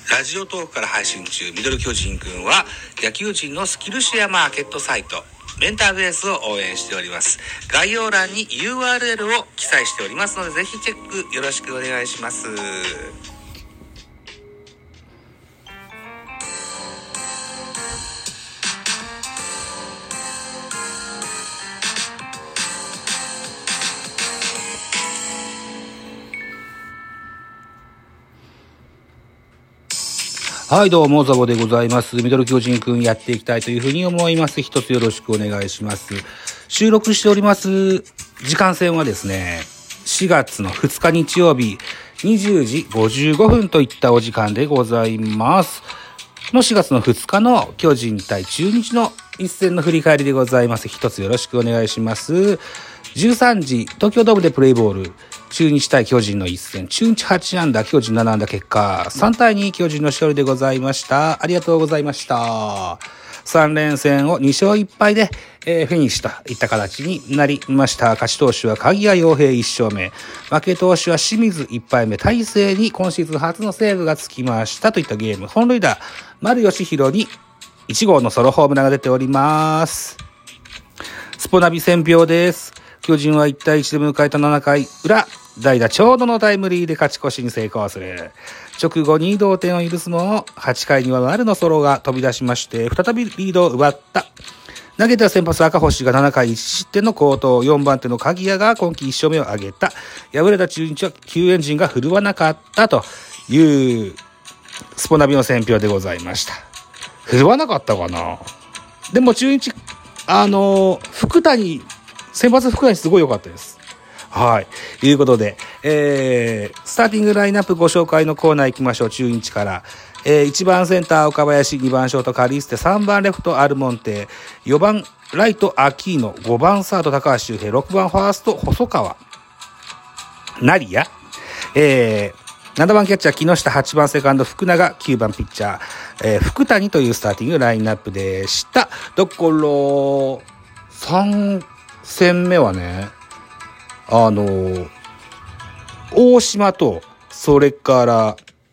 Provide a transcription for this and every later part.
ラジオトークから配信中、ミドル巨人くんは野球人のスキルシェアマーケットサイトメンターベースを応援しております。概要欄に URL を記載しておりますので、ぜひチェックよろしくお願いします。 はいどうもザボでございます。ミドル巨人くんやっていきたいというふうに思います。一つよろしくお願いします。収録しております時間線はですね、4月の2日日曜日20時55分といったお時間でございます。この4月の2日の巨人対中日の一戦の振り返りでございます。一つよろしくお願いします。13時東京ドームでプレイボール、中日対巨人の一戦、中日8安打巨人7安打、結果3対2巨人の勝利でございました。ありがとうございました。3連戦を2勝1敗で、フィニッシュといった形になりました。勝ち投手は鍵谷陽平1勝目、負け投手は清水1敗目、大勢に今シーズン初のセーブがつきましたといったゲーム。本塁打丸佳浩に1号のソロホームランが出ております。スポナビ選票です。巨人は1対1で迎えた7回裏、代打長野のタイムリーで勝ち越しに成功する。直後に同点を許すも、8回には丸のソロが飛び出しまして、再びリードを奪った。投げた先発赤星が7回1失点の好投、4番手の鍵谷が今季1勝目を挙げた。敗れた中日は救援陣が振るわなかったというスポナビの選評でございました。振るわなかったかな。でも中日、福谷、先発福谷すごい良かったです。はい。ということで、スターティングラインナップご紹介のコーナー行きましょう。中日から。1番センター岡林、2番ショートカリステ、3番レフトアルモンテ、4番ライトアキーノ、5番サード高橋周平、6番ファースト細川、成谷、7番キャッチャー木下、8番セカンド福永、9番ピッチャー、福谷というスターティングラインナップでした。だから、3戦目はね、大島と、それから、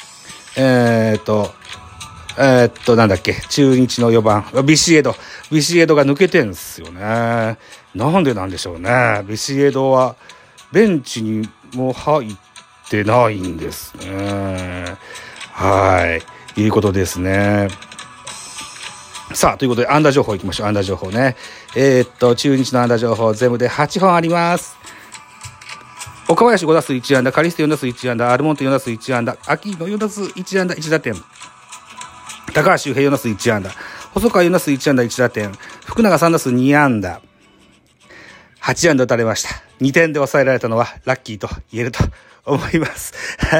なんだっけ、中日の4番、ビシエドが抜けてんすよね。なんでなんでしょうね。ビシエドは、ベンチにも入ってないんですね。はい。いうことですね。さあ、ということで、安打情報いきましょう。安打情報ね。中日の安打情報、全部で8本あります。岡林5打数1安打、カリステ4打数1安打、アルモンテ4打数1安打、アキーノ4打数1安打1打点、高橋周平4打数1安打、細川4打数1安打1打点、福永3打数2安打、8安打打たれました。2点で抑えられたのはラッキーと言えると思います。はい。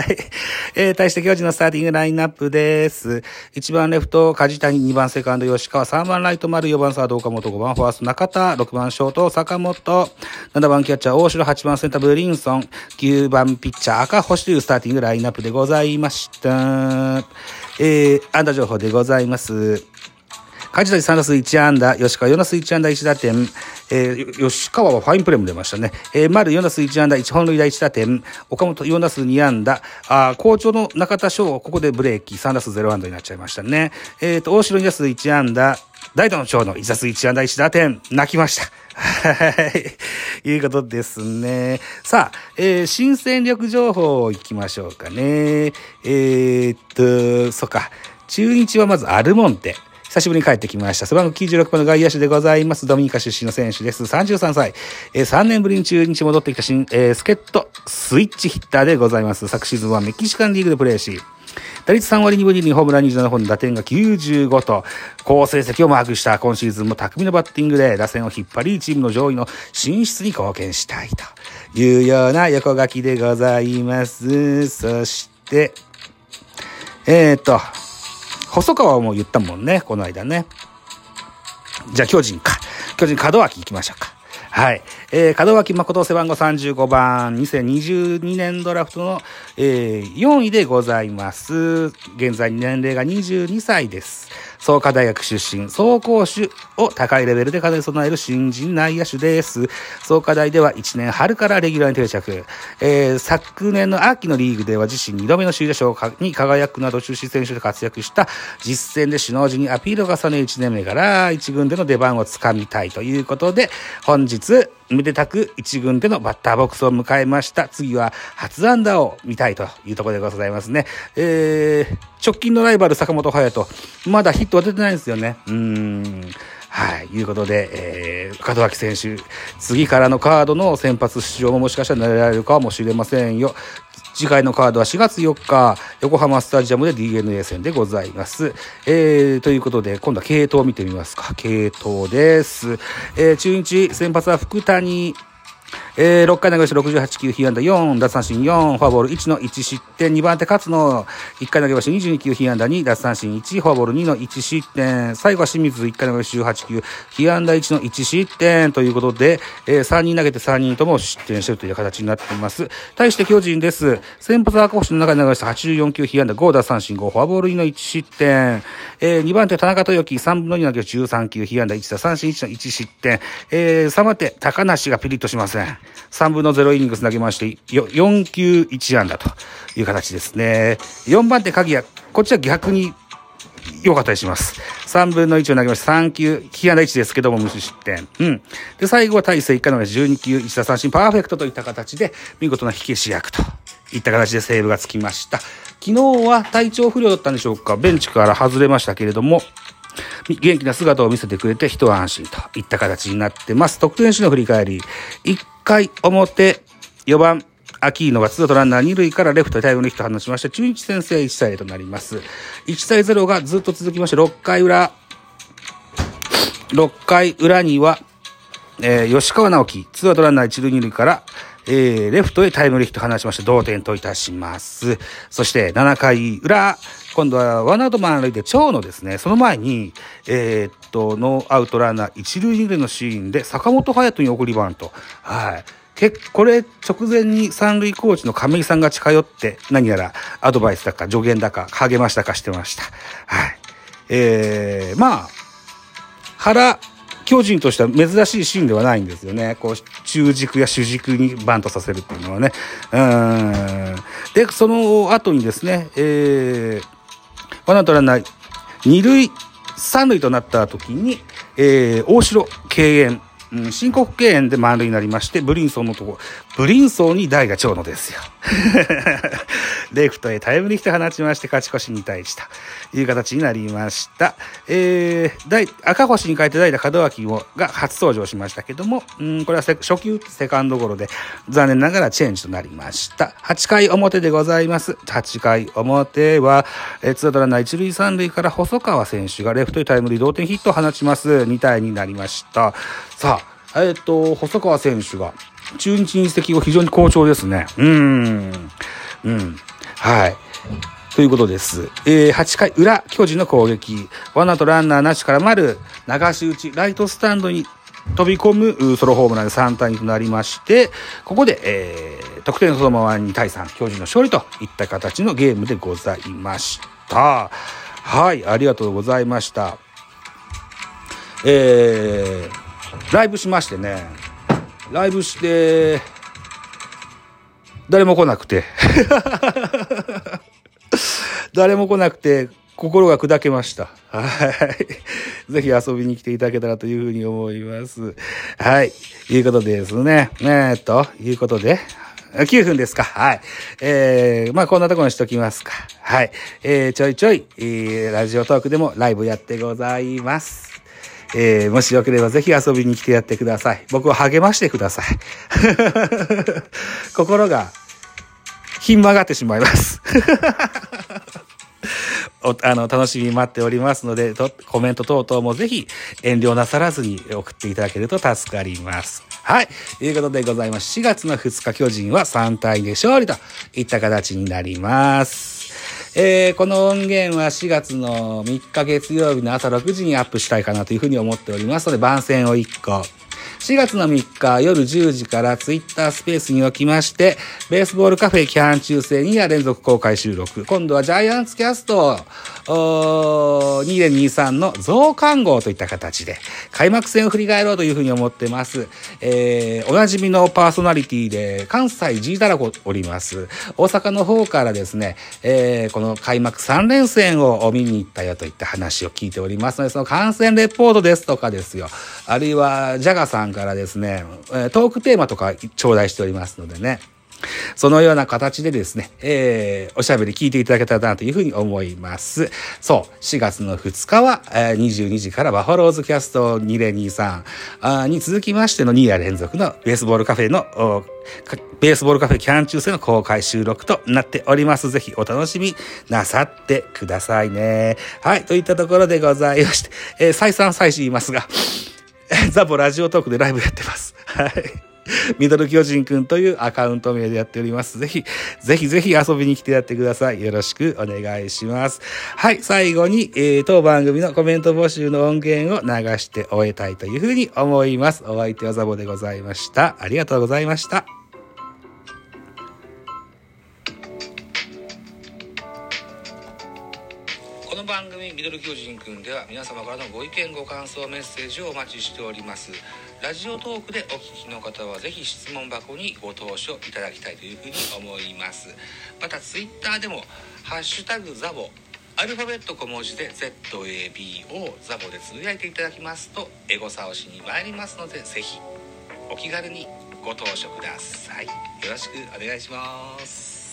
対して巨人のスターティングラインナップです。1番レフト梶谷、2番セカンド吉川、3番ライト丸、4番サード岡本、5番ファースト中田、6番ショート坂本、7番キャッチャー大城、8番センターブリンソン、9番ピッチャー赤星というスターティングラインナップでございました。安打情報でございます。梶谷3打数1安打、吉川4打数1安打1打点、吉川はファインプレーも出ましたね。丸4打数1安打1本塁打1打点、岡本4打数2安打、好調の中田翔、ここでブレーキ、3打数0安打になっちゃいましたね。大城2打数1安打、代打の長野1打数1安打1打点、泣きました。はい。いうことですね。さあ、新戦力情報いきましょうかね。そっか。中日はまずアルモンテ。久しぶりに帰ってきました。背番号96番の外野手でございます。ドミニカ出身の選手です。33歳。3年ぶりに中日戻ってきた助っ人スイッチヒッターでございます。昨シーズンはメキシカンリーグでプレーし、打率3割2分2厘、ホームラン27本、打点が95と、好成績をマークした今シーズンも巧みなバッティングで打線を引っ張り、チームの上位の進出に貢献したいというような横書きでございます。そして、細川はもう言ったもんね、この間ね。じゃあ巨人門脇行きましょうか。はい。門脇誠背番号35番、2022年ドラフトの、4位でございます。現在年齢が22歳です。 創価大学出身、走攻守を高いレベルで兼ね備える新人内野手です。創価大では1年春からレギュラーに定着。昨年の秋のリーグでは自身2度目の首位打賞に輝くなど中心選手で活躍した実戦で首脳陣にアピールを重ね1年目から1軍での出番をつかみたいということで、本日めでたく1軍でのバッターボックスを迎えました。次は初安打を見たいというところでございますね。直近のライバル坂本勇人、まだヒットは出てないんですよね。はい、いうことで、門脇選手、次からのカードの先発出場ももしかしたら狙えられるかもしれませんよ。次回のカードは4月4日、横浜スタジアムで DNA 戦でございます。ということで、今度は継投を見てみますか。継投です。中日、先発は福谷。6回投げまして68球、被安打4、奪三振4、フォアボール1の1失点、2番手勝野、1回投げまして22球、被安打2、奪三振1、フォアボール2の1失点、最後は清水、1回投げまして18球、被安打1の1失点ということで、3人投げて3人とも失点しているという形になっています。対して巨人です。先発は赤星の中に投げまして84球、被安打5、奪三振5、フォアボール2の1失点、2番手田中豊樹、3分の2投げ13球、被安打1、奪三振1の1失点、3番手高梨がピリッとしません。3分の0イニングス投げまして、4球1安打という形ですね。4番手鍵谷、こっちは逆に良かったりします。3分の1を投げまして、3球、被安打1ですけども無失点。で、最後は大勢1回投げ12球1打三振パーフェクトといった形で、見事な火消し役といった形でセーブがつきました。昨日は体調不良だったんでしょうか。ベンチから外れましたけれども、元気な姿を見せてくれて一安心といった形になってます。得点手の振り返り。1回表、4番、アキーノが2アウトランナー2塁からレフトへタイムリーヒットを放ちまして、中日先制1対0となります。1対0がずっと続きまして、6回裏には、吉川直樹、2アウトランナー1塁2塁から、レフトへタイムリーヒットを放ちまして同点といたします。そして7回裏、今度はワンアウト満塁で長野ですね。その前に、ノーアウトランナー1塁2塁のシーンで坂本勇人に送りバント。はい。これ直前に三塁コーチの亀井さんが近寄って何やらアドバイスだか助言だか励ましたかしてました。はい。巨人としては珍しいシーンではないんですよね。こう、中軸や主軸にバントさせるっていうのはね。で、その後にですね、ワンアウトランナー、二塁、三塁となった時に、大城敬遠、申告敬遠で満塁になりまして、ブリンソンに代打長野ですよ。レフトへタイムリーヒット放ちまして、勝ち越し2対1という形になりました。赤星に変えて代打門脇が初登場しましたけども、これは初球セカンドゴロで、残念ながらチェンジとなりました。8回表でございます。8回表は、ツーアウトランナー1塁3塁から細川選手がレフトへタイムリー同点ヒットを放ちます。2対2になりました。さあ、細川選手が中日に移籍後非常に好調ですね。はい。ということです。8回裏、巨人の攻撃。ワンアウトランナーなしから丸、流し打ち、ライトスタンドに飛び込むソロホームランで3対2となりまして、ここで、得点そのまま2対3、巨人の勝利といった形のゲームでございました。はい、ありがとうございました。ライブしましてね。ライブして、誰も来なくて。誰も来なくて、心が砕けました。はい。ぜひ遊びに来ていただけたらというふうに思います。はい。いうことでですね。いうことで、9分ですか。はい。こんなところにしときますか。はい。ちょいちょい、ラジオトークでもライブやってございます。もしよければぜひ遊びに来てやってください。僕を励ましてください。心がひん曲がってしまいます。楽しみに待っておりますので、コメント等々もぜひ遠慮なさらずに送っていただけると助かります。はい。ということでございます。4月の2日巨人は3対2で勝利といった形になります。この音源は4月の3日月曜日の朝6時にアップしたいかなというふうに思っておりますので、番宣を1個 4月の3日夜10時からツイッタースペースにおきまして、ベースボールカフェ期間中制2夜連続公開収録。今度はジャイアンツキャスト2023の増刊号といった形で開幕戦を振り返ろうというふうに思ってます。おなじみのパーソナリティで関西 G だらこおります。大阪の方からですね、この開幕3連戦を見に行ったよといった話を聞いておりますので、その観戦レポートですとかですよ。あるいはジャガさんからですね、トークテーマとか頂戴しておりますのでね。そのような形でですね、おしゃべり聞いていただけたらなというふうに思います。そう、4月の2日は、22時からバファローズキャスト2023に続きましての2夜連続のベースボールカフェ期間中制の公開収録となっております。ぜひお楽しみなさってくださいね。はい、といったところでございまして、再三再四言いますが、ザボラジオトークでライブやってます。はい。ミドル巨人くんというアカウント名でやっております。ぜひ遊びに来てやってください。よろしくお願いします。はい、最後に、当番組のコメント募集の音源を流して終えたいというふうに思います。お相手はザボでございました。ありがとうございました。 この番組ミドル巨人くんでは皆様からのご意見ご感想メッセージをお待ちしております。ラジオトークでお聞きの方はぜひ質問箱にご投書いただきたいというふうに思います。またツイッターでもハッシュタグザボアルファベット小文字で ZABO ザボでつぶやいていただきますとエゴサをしに参りますので、ぜひお気軽にご投書ください。よろしくお願いします。